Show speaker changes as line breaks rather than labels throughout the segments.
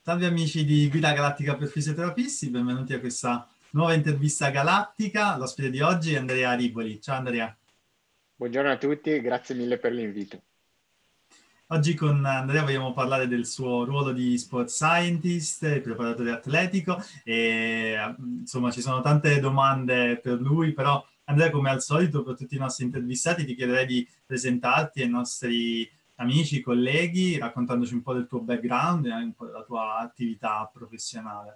Salve amici di Guida Galattica per Fisioterapisti, benvenuti a questa nuova intervista galattica. L'ospite di oggi è Andrea Riboli. Ciao Andrea.
Buongiorno a tutti e grazie mille per l'invito.
Oggi con Andrea vogliamo parlare del suo ruolo di sport scientist, preparatore atletico e insomma ci sono tante domande per lui, però Andrea, come al solito per tutti i nostri intervistati ti chiederei di presentarti ai nostri amici, colleghi, raccontandoci un po' del tuo background e un po' della tua attività professionale.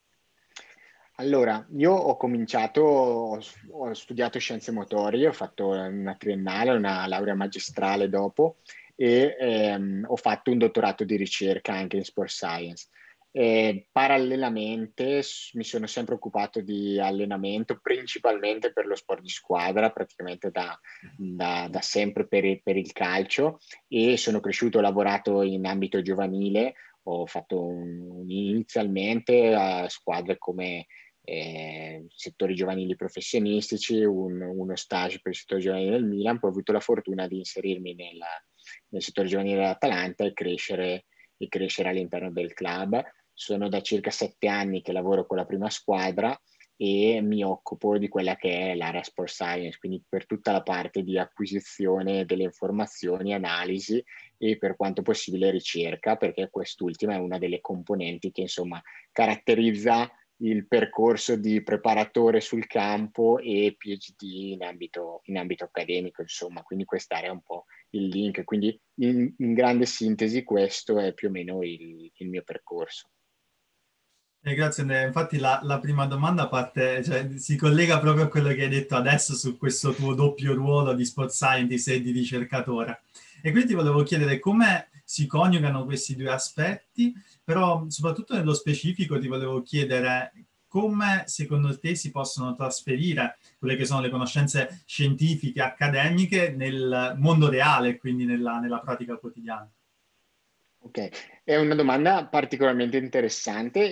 Allora, io ho cominciato, ho studiato scienze motorie, ho fatto una triennale, una laurea magistrale dopo e ho fatto un dottorato di ricerca anche in sport science. E parallelamente mi sono sempre occupato di allenamento, principalmente per lo sport di squadra, praticamente da sempre per il calcio, e sono cresciuto, ho lavorato in ambito giovanile, ho fatto inizialmente a squadre come settori giovanili professionistici, uno stage per il settore giovanile del Milan, poi ho avuto la fortuna di inserirmi nel settore giovanile dell'Atalanta e crescere all'interno del club. Sono da circa 7 anni che lavoro con la prima squadra e mi occupo di quella che è l'area sport science, quindi per tutta la parte di acquisizione delle informazioni, analisi e per quanto possibile ricerca, perché quest'ultima è una delle componenti che insomma caratterizza il percorso di preparatore sul campo e PhD in ambito accademico, insomma, quindi quest'area è un po' il link, quindi in grande sintesi questo è più o meno il mio percorso.
Grazie Andrea, infatti la prima domanda parte, cioè, si collega proprio a quello che hai detto adesso su questo tuo doppio ruolo di sport scientist e di ricercatore. E quindi ti volevo chiedere come si coniugano questi due aspetti, però soprattutto nello specifico ti volevo chiedere come secondo te si possono trasferire quelle che sono le conoscenze scientifiche, accademiche nel mondo reale, quindi nella pratica quotidiana.
Ok, è una domanda particolarmente interessante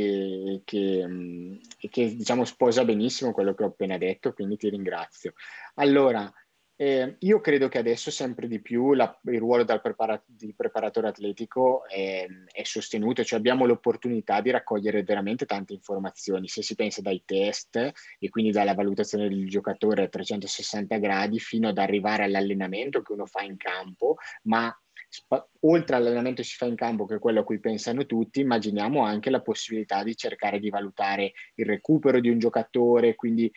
e che, diciamo sposa benissimo quello che ho appena detto, quindi ti ringrazio. Allora, io credo che adesso sempre di più il ruolo di preparatore atletico è sostenuto, cioè abbiamo l'opportunità di raccogliere veramente tante informazioni, se si pensa dai test e quindi dalla valutazione del giocatore a 360 gradi fino ad arrivare all'allenamento che uno fa in campo, ma oltre all'allenamento che si fa in campo, che è quello a cui pensano tutti, immaginiamo anche la possibilità di cercare di valutare il recupero di un giocatore, quindi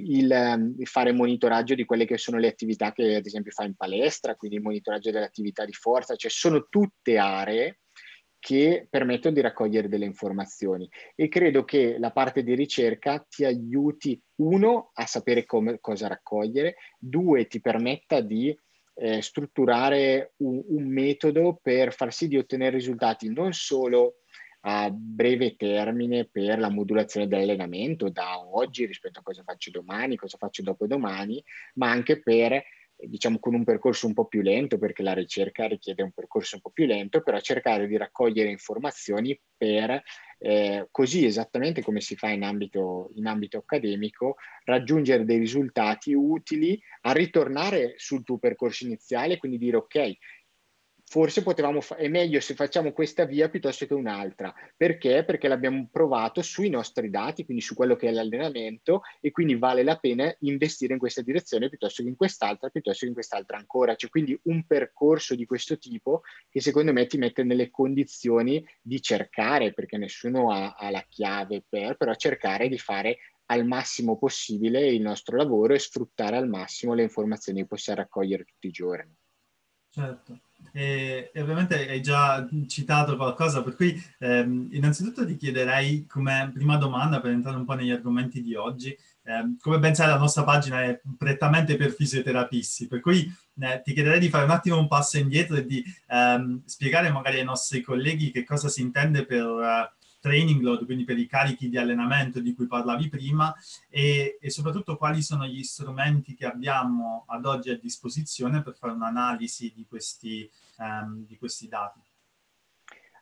il fare monitoraggio di quelle che sono le attività che ad esempio fa in palestra, quindi il monitoraggio delle attività di forza, cioè sono tutte aree che permettono di raccogliere delle informazioni e credo che la parte di ricerca ti aiuti, uno, a sapere cosa raccogliere, due, ti permetta di strutturare un metodo per far sì di ottenere risultati non solo a breve termine per la modulazione dell'allenamento da oggi rispetto a cosa faccio domani, cosa faccio dopodomani, ma anche per, diciamo, con un percorso un po' più lento, perché la ricerca richiede un percorso un po' più lento, però cercare di raccogliere informazioni per, così esattamente come si fa in ambito accademico, raggiungere dei risultati utili a ritornare sul tuo percorso iniziale, quindi dire ok, forse è meglio se facciamo questa via piuttosto che un'altra. Perché? Perché l'abbiamo provato sui nostri dati, quindi su quello che è l'allenamento, e quindi vale la pena investire in questa direzione piuttosto che in quest'altra, piuttosto che in quest'altra ancora. C'è quindi un percorso di questo tipo che secondo me ti mette nelle condizioni di cercare, perché nessuno ha la chiave però cercare di fare al massimo possibile il nostro lavoro e sfruttare al massimo le informazioni che possiamo raccogliere tutti i giorni.
Certo, e ovviamente hai già citato qualcosa, per cui innanzitutto ti chiederei come prima domanda, per entrare un po' negli argomenti di oggi, come ben sai la nostra pagina è prettamente per fisioterapisti, per cui ti chiederei di fare un attimo un passo indietro e di spiegare magari ai nostri colleghi che cosa si intende per training load, quindi per i carichi di allenamento di cui parlavi prima, e soprattutto quali sono gli strumenti che abbiamo ad oggi a disposizione per fare un'analisi di questi dati.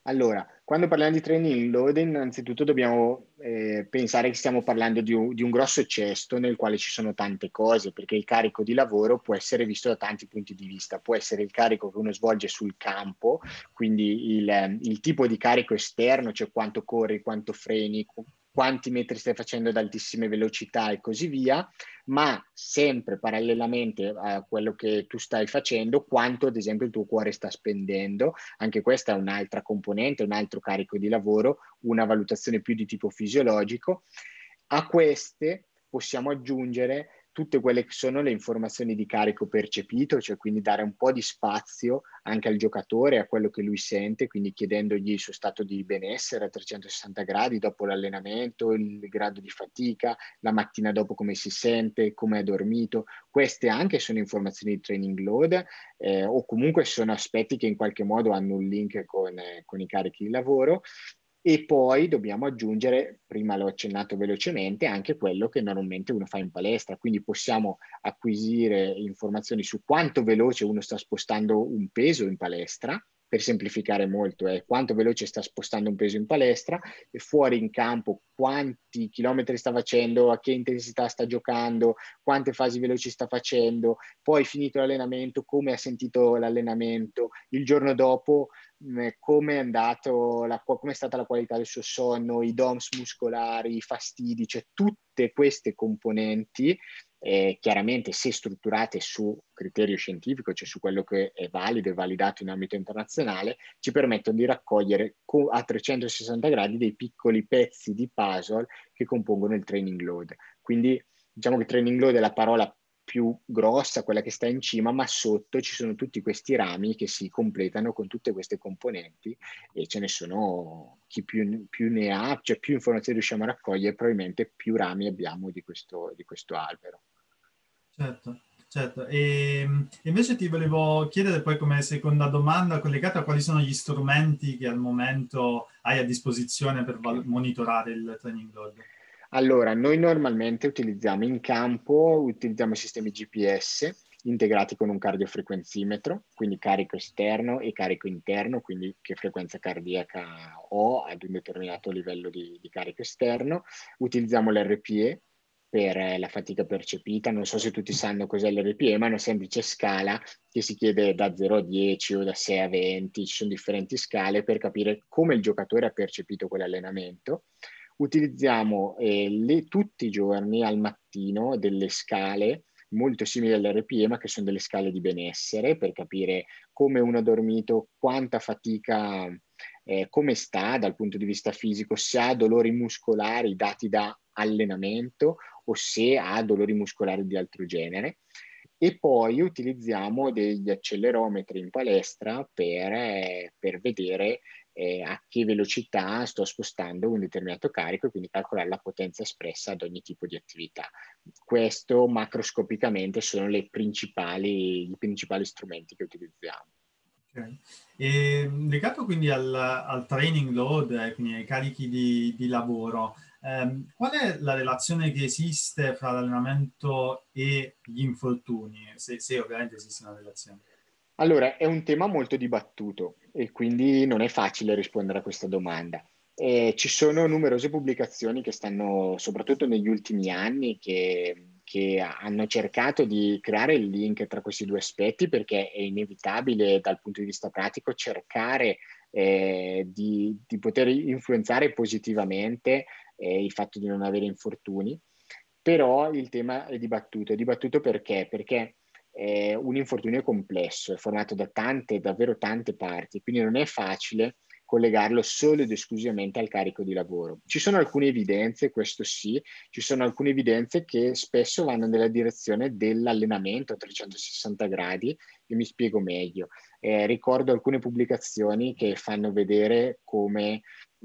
Allora, quando parliamo di training load, innanzitutto dobbiamo pensare che stiamo parlando di un grosso cesto nel quale ci sono tante cose, perché il carico di lavoro può essere visto da tanti punti di vista. Può essere il carico che uno svolge sul campo, quindi il tipo di carico esterno, cioè quanto corri, quanto freni, quanti metri stai facendo ad altissime velocità e così via, ma sempre parallelamente a quello che tu stai facendo, quanto ad esempio il tuo cuore sta spendendo. Anche questa è un'altra componente, un altro carico di lavoro, una valutazione più di tipo fisiologico. A queste possiamo aggiungere tutte quelle che sono le informazioni di carico percepito, cioè quindi dare un po' di spazio anche al giocatore, a quello che lui sente, quindi chiedendogli il suo stato di benessere a 360 gradi dopo l'allenamento, il grado di fatica, la mattina dopo come si sente, come ha dormito. Queste anche sono informazioni di training load, o comunque sono aspetti che in qualche modo hanno un link con i carichi di lavoro. E poi dobbiamo aggiungere, prima l'ho accennato velocemente, anche quello che normalmente uno fa in palestra, quindi possiamo acquisire informazioni su quanto veloce uno sta spostando un peso in palestra, per semplificare molto, quanto veloce sta spostando un peso in palestra, e fuori in campo quanti chilometri sta facendo, a che intensità sta giocando, quante fasi veloci sta facendo, poi finito l'allenamento, come ha sentito l'allenamento, il giorno dopo come è andato, come è stata la qualità del suo sonno, i DOMS muscolari, i fastidi, cioè tutte queste componenti, chiaramente se strutturate su criterio scientifico, cioè su quello che è valido e validato in ambito internazionale, ci permettono di raccogliere a 360 gradi dei piccoli pezzi di puzzle che compongono il training load. Quindi diciamo che training load è la parola più grossa, quella che sta in cima, ma sotto ci sono tutti questi rami che si completano con tutte queste componenti, e ce ne sono chi più ne ha, cioè più informazioni riusciamo a raccogliere, probabilmente più rami abbiamo di questo albero.
Certo, certo. E invece ti volevo chiedere poi come seconda domanda collegata a quali sono gli strumenti che al momento hai a disposizione per
Ok.
monitorare il training load.
Allora, noi normalmente utilizziamo sistemi GPS integrati con un cardiofrequenzimetro, quindi carico esterno e carico interno, quindi che frequenza cardiaca ho ad un determinato livello di carico esterno. Utilizziamo l'RPE per la fatica percepita. Non so se tutti sanno cos'è l'RPE, ma è una semplice scala che si chiede da 0 a 10 o da 6 a 20, ci sono differenti scale per capire come il giocatore ha percepito quell'allenamento. Utilizziamo tutti i giorni al mattino delle scale molto simili all'RPE, ma che sono delle scale di benessere per capire come uno ha dormito, quanta fatica, come sta dal punto di vista fisico, se ha dolori muscolari dati da allenamento o se ha dolori muscolari di altro genere. E poi utilizziamo degli accelerometri in palestra per vedere a che velocità sto spostando un determinato carico e quindi calcolare la potenza espressa ad ogni tipo di attività. Questo macroscopicamente sono i principali strumenti che utilizziamo.
Ok. E legato quindi al training load, quindi ai carichi di lavoro, qual è la relazione che esiste fra l'allenamento e gli infortuni? Se ovviamente esiste una relazione.
Allora, è un tema molto dibattuto e quindi non è facile rispondere a questa domanda. Ci sono numerose pubblicazioni che stanno, soprattutto negli ultimi anni, che hanno cercato di creare il link tra questi due aspetti perché è inevitabile dal punto di vista pratico cercare di poter influenzare positivamente il fatto di non avere infortuni. Però il tema è dibattuto perché? Perché un infortunio complesso, è formato da tante, davvero tante parti, quindi non è facile collegarlo solo ed esclusivamente al carico di lavoro. Ci sono alcune evidenze, questo sì, ci sono alcune evidenze che spesso vanno nella direzione dell'allenamento a 360 gradi e mi spiego meglio. Ricordo alcune pubblicazioni che fanno vedere come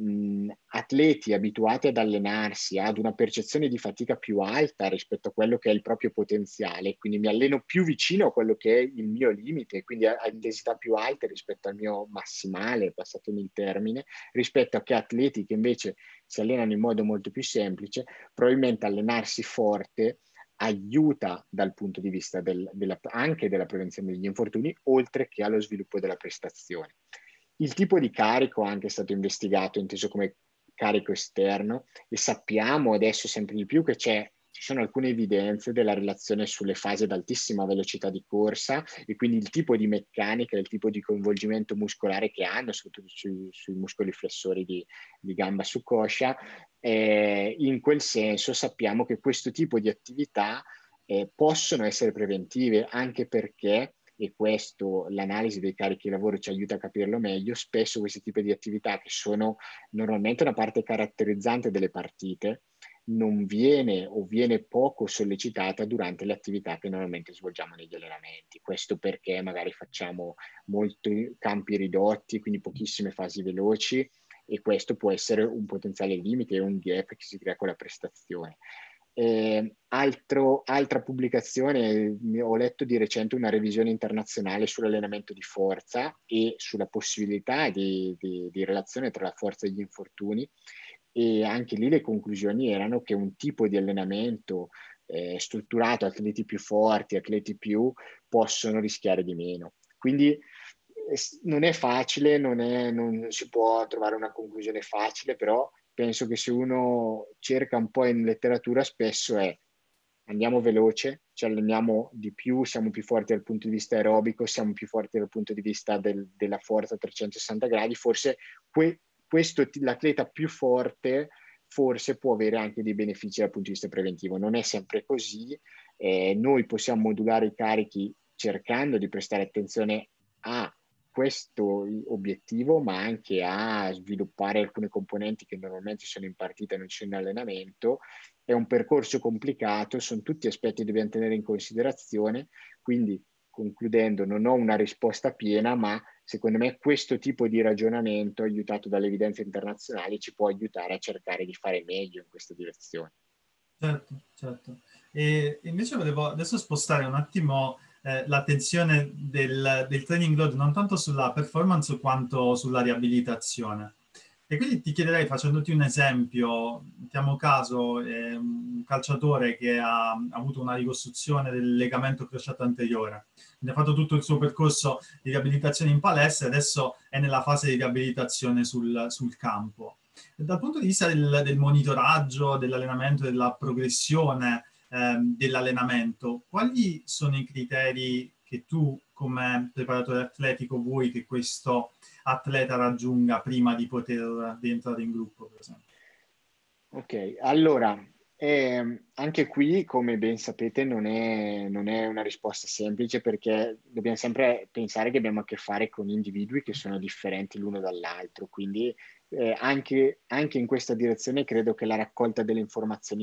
atleti abituati ad allenarsi ad una percezione di fatica più alta rispetto a quello che è il proprio potenziale, quindi mi alleno più vicino a quello che è il mio limite, quindi a intensità più alte rispetto al mio massimale, passatemi il termine, rispetto a che atleti che invece si allenano in modo molto più semplice, probabilmente allenarsi forte aiuta dal punto di vista anche della prevenzione degli infortuni, oltre che allo sviluppo della prestazione. Il tipo di carico anche è stato investigato, inteso come carico esterno, e sappiamo adesso sempre di più che ci sono alcune evidenze della relazione sulle fasi ad altissima velocità di corsa e quindi il tipo di meccanica, il tipo di coinvolgimento muscolare che hanno, soprattutto sui muscoli flessori di gamba su coscia. In quel senso sappiamo che questo tipo di attività possono essere preventive, anche perché, e questo l'analisi dei carichi di lavoro ci aiuta a capirlo meglio, spesso questi tipi di attività, che sono normalmente una parte caratterizzante delle partite, non viene o viene poco sollecitata durante le attività che normalmente svolgiamo negli allenamenti. Questo perché magari facciamo molti campi ridotti, quindi pochissime fasi veloci, e questo può essere un potenziale limite e un gap che si crea con la prestazione. Altra pubblicazione, ho letto di recente una revisione internazionale sull'allenamento di forza e sulla possibilità di relazione tra la forza e gli infortuni, e anche lì le conclusioni erano che un tipo di allenamento strutturato, atleti più forti, atleti più, possono rischiare di meno. Quindi non è facile, non si può trovare una conclusione facile, però penso che se uno cerca un po' in letteratura spesso è: andiamo veloce, ci alleniamo di più, siamo più forti dal punto di vista aerobico, siamo più forti dal punto di vista della forza a 360 gradi, forse l'atleta più forte forse può avere anche dei benefici dal punto di vista preventivo. Non è sempre così, noi possiamo modulare i carichi cercando di prestare attenzione a questo obiettivo, ma anche a sviluppare alcune componenti che normalmente sono in partita e non ci sono in allenamento. È un percorso complicato, sono tutti aspetti che dobbiamo tenere in considerazione, quindi concludendo non ho una risposta piena, ma secondo me questo tipo di ragionamento, aiutato dalle evidenze internazionali, ci può aiutare a cercare di fare meglio in questa direzione.
Certo, certo. E invece volevo adesso spostare un attimo l'attenzione del training load non tanto sulla performance quanto sulla riabilitazione. E quindi ti chiederei, facendoti un esempio, mettiamo caso un calciatore che ha avuto una ricostruzione del legamento crociato anteriore, quindi ha fatto tutto il suo percorso di riabilitazione in palestra e adesso è nella fase di riabilitazione sul campo. Dal punto di vista del monitoraggio, dell'allenamento, della progressione dell'allenamento, quali sono i criteri che tu come preparatore atletico vuoi che questo atleta raggiunga prima di poter rientrare in gruppo, per esempio?
Ok, allora, anche qui, come ben sapete, non è una risposta semplice, perché dobbiamo sempre pensare che abbiamo a che fare con individui che sono differenti l'uno dall'altro, quindi anche in questa direzione credo che la raccolta delle informazioni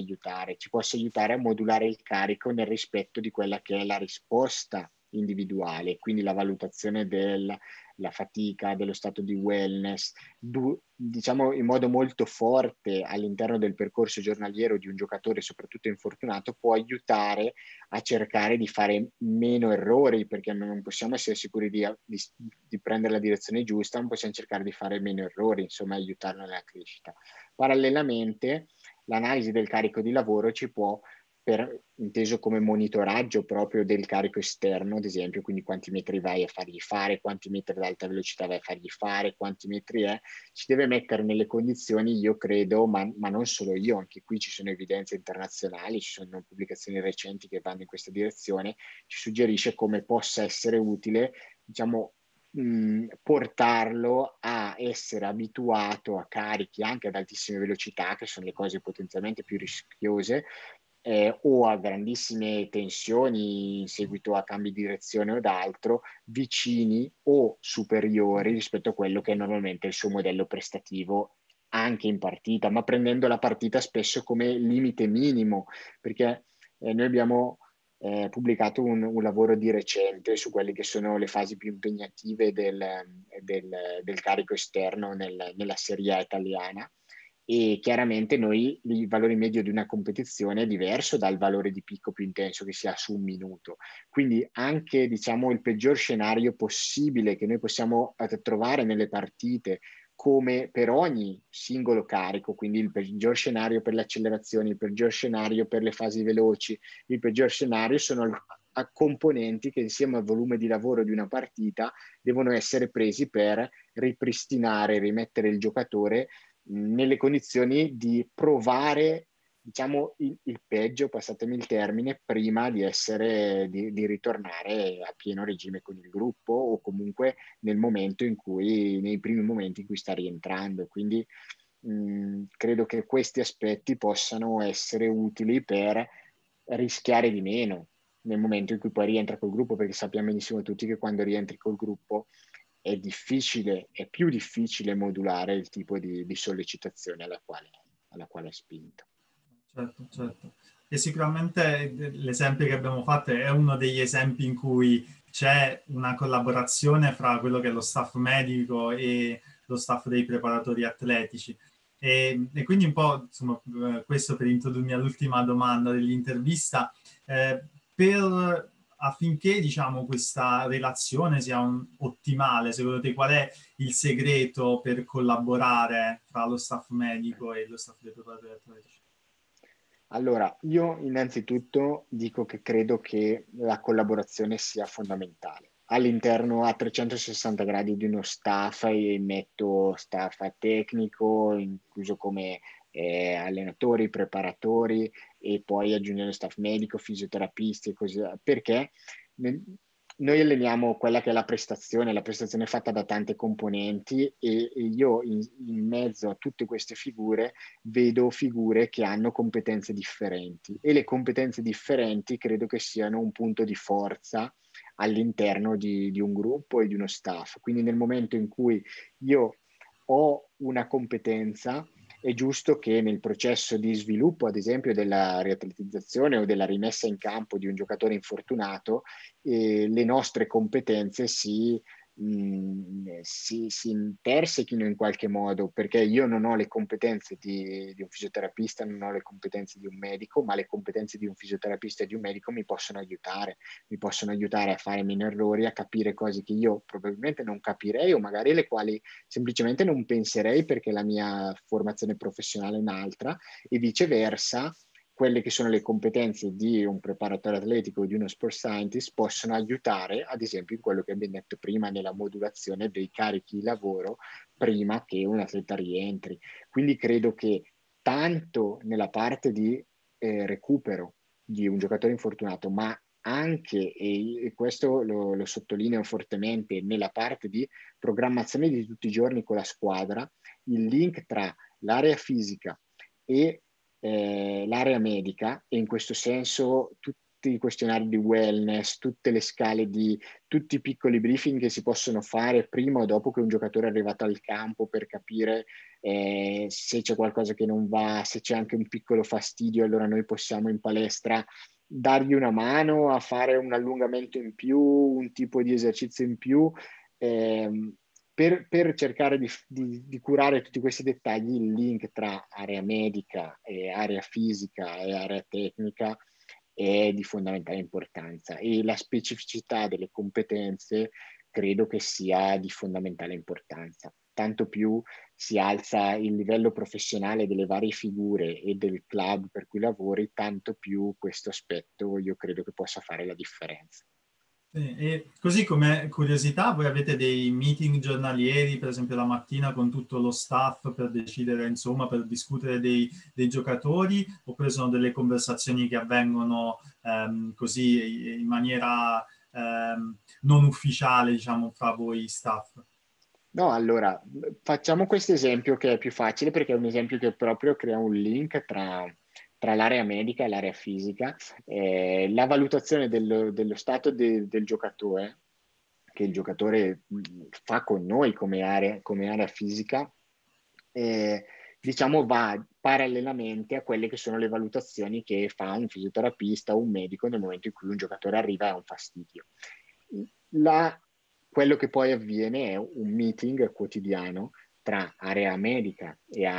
ci possa aiutare a modulare il carico nel rispetto di quella che è la risposta individuale, quindi la valutazione della fatica, dello stato di wellness, diciamo in modo molto forte all'interno del percorso giornaliero di un giocatore, soprattutto infortunato, può aiutare a cercare di fare meno errori, perché non possiamo essere sicuri di prendere la direzione giusta, non possiamo cercare di fare meno errori, insomma aiutarlo nella crescita. Parallelamente, l'analisi del carico di lavoro ci può, inteso come monitoraggio proprio del carico esterno, ad esempio, quindi quanti metri vai a fargli fare, quanti metri ad alta velocità vai a fargli fare, quanti metri è, ci deve mettere nelle condizioni, io credo, ma non solo io, anche qui ci sono evidenze internazionali, ci sono pubblicazioni recenti che vanno in questa direzione, ci suggerisce come possa essere utile, diciamo, portarlo a essere abituato a carichi anche ad altissime velocità, che sono le cose potenzialmente più rischiose, o a grandissime tensioni in seguito a cambi di direzione o d'altro, vicini o superiori rispetto a quello che è normalmente il suo modello prestativo anche in partita, ma prendendo la partita spesso come limite minimo, perché noi abbiamo pubblicato un lavoro di recente su quelle che sono le fasi più impegnative del carico esterno nella Serie A italiana, e chiaramente il valore medio di una competizione è diverso dal valore di picco più intenso che si ha su un minuto. Quindi anche, diciamo, il peggior scenario possibile che noi possiamo trovare nelle partite, come per ogni singolo carico, quindi il peggior scenario per le accelerazioni, il peggior scenario per le fasi veloci, il peggior scenario sono a componenti che insieme al volume di lavoro di una partita devono essere presi per ripristinare, rimettere il giocatore nelle condizioni di provare, diciamo, il peggio, passatemi il termine, prima di ritornare a pieno regime con il gruppo o comunque nei primi momenti in cui sta rientrando. Quindi credo che questi aspetti possano essere utili per rischiare di meno nel momento in cui poi rientra col gruppo, perché sappiamo benissimo tutti che quando rientri col gruppo è più difficile modulare il tipo di sollecitazione alla quale è spinto.
Certo, certo. E sicuramente l'esempio che abbiamo fatto è uno degli esempi in cui c'è una collaborazione fra quello che è lo staff medico e lo staff dei preparatori atletici. E quindi un po', insomma, questo per introdurmi all'ultima domanda dell'intervista, affinché, diciamo, questa relazione sia ottimale, secondo te qual è il segreto per collaborare fra lo staff medico e lo staff dei preparatori atletici?
Allora, io innanzitutto dico che credo che la collaborazione sia fondamentale. All'interno a 360 gradi di uno staff, e metto staff tecnico, incluso come allenatori, preparatori, e poi aggiungendo staff medico, fisioterapisti e così via, perché noi alleniamo quella che è la prestazione è fatta da tante componenti e io in mezzo a tutte queste figure vedo figure che hanno competenze differenti e le competenze differenti credo che siano un punto di forza all'interno di un gruppo e di uno staff. Quindi nel momento in cui io ho una competenza, è giusto che nel processo di sviluppo, ad esempio, della riatletizzazione o della rimessa in campo di un giocatore infortunato, le nostre competenze si intersechino in qualche modo, perché io non ho le competenze di un fisioterapista, non ho le competenze di un medico, ma le competenze di un fisioterapista e di un medico mi possono aiutare a fare meno errori, a capire cose che io probabilmente non capirei o magari le quali semplicemente non penserei perché la mia formazione professionale è un'altra, e viceversa quelle che sono le competenze di un preparatore atletico o di uno sport scientist possono aiutare, ad esempio, in quello che abbiamo detto prima, nella modulazione dei carichi di lavoro prima che un atleta rientri. Quindi credo che tanto nella parte di recupero di un giocatore infortunato, ma anche, e questo lo sottolineo fortemente, nella parte di programmazione di tutti i giorni con la squadra, il link tra l'area fisica e l'area medica, e in questo senso tutti i questionari di wellness, tutte le scale tutti i piccoli briefing che si possono fare prima o dopo che un giocatore è arrivato al campo per capire se c'è qualcosa che non va, se c'è anche un piccolo fastidio, allora noi possiamo in palestra dargli una mano a fare un allungamento in più, un tipo di esercizio in più. ehm, per cercare di curare tutti questi dettagli, il link tra area medica e area fisica e area tecnica è di fondamentale importanza, e la specificità delle competenze credo che sia di fondamentale importanza. Tanto più si alza il livello professionale delle varie figure e del club per cui lavori, tanto più questo aspetto io credo che possa fare la differenza.
Sì, e così come curiosità, voi avete dei meeting giornalieri, per esempio la mattina con tutto lo staff per decidere, insomma, per discutere dei giocatori, oppure sono delle conversazioni che avvengono così in maniera non ufficiale, diciamo, fra voi staff?
No, allora, facciamo questo esempio che è più facile perché è un esempio che proprio crea un link tra l'area medica e l'area fisica. La valutazione dello stato del giocatore, che il giocatore fa con noi come area fisica, eh, diciamo va parallelamente a quelle che sono le valutazioni che fa un fisioterapista o un medico nel momento in cui un giocatore arriva e ha un fastidio. La, Quello che poi avviene è un meeting quotidiano tra area medica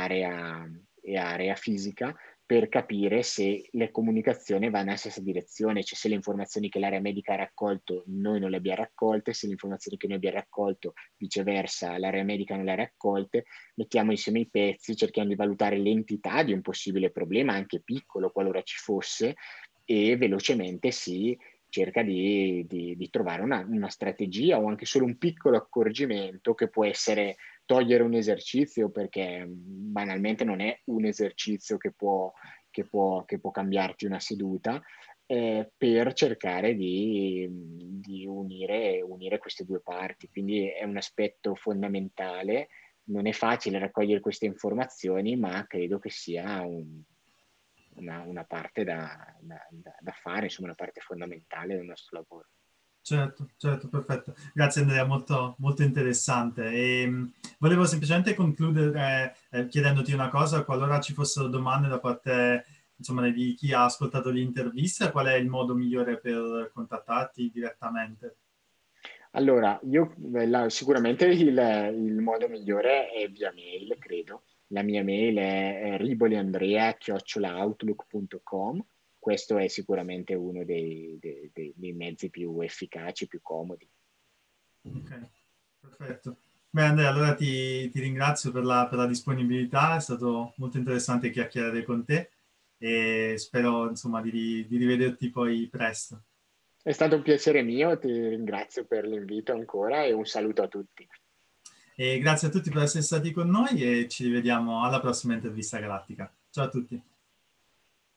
e area fisica per capire se le comunicazioni vanno nella stessa direzione, cioè se le informazioni che l'area medica ha raccolto noi non le abbiamo raccolte, se le informazioni che noi abbiamo raccolto viceversa l'area medica non le ha raccolte, mettiamo insieme i pezzi, cerchiamo di valutare l'entità di un possibile problema, anche piccolo qualora ci fosse, e velocemente cerca di trovare una strategia o anche solo un piccolo accorgimento che può essere togliere un esercizio, perché banalmente non è un esercizio che può cambiarti una seduta, per cercare di unire queste due parti. Quindi è un aspetto fondamentale. Non è facile raccogliere queste informazioni, ma credo che sia una parte da fare, insomma, una parte fondamentale del nostro lavoro.
Certo, certo, perfetto. Grazie Andrea, molto, molto interessante. Volevo semplicemente concludere chiedendoti una cosa: qualora ci fossero domande da parte, insomma, di chi ha ascoltato l'intervista, qual è il modo migliore per contattarti direttamente?
Allora, sicuramente il modo migliore è via mail, credo. La mia mail è riboliandrea@outlook.com. Questo è sicuramente uno dei mezzi più efficaci, più comodi.
Ok, perfetto. Beh, Andrea, allora ti ringrazio per la disponibilità, è stato molto interessante chiacchierare con te e spero, insomma, di rivederti poi presto.
È stato un piacere mio, ti ringrazio per l'invito ancora e un saluto a tutti.
E grazie a tutti per essere stati con noi e ci rivediamo alla prossima intervista galattica. Ciao a tutti.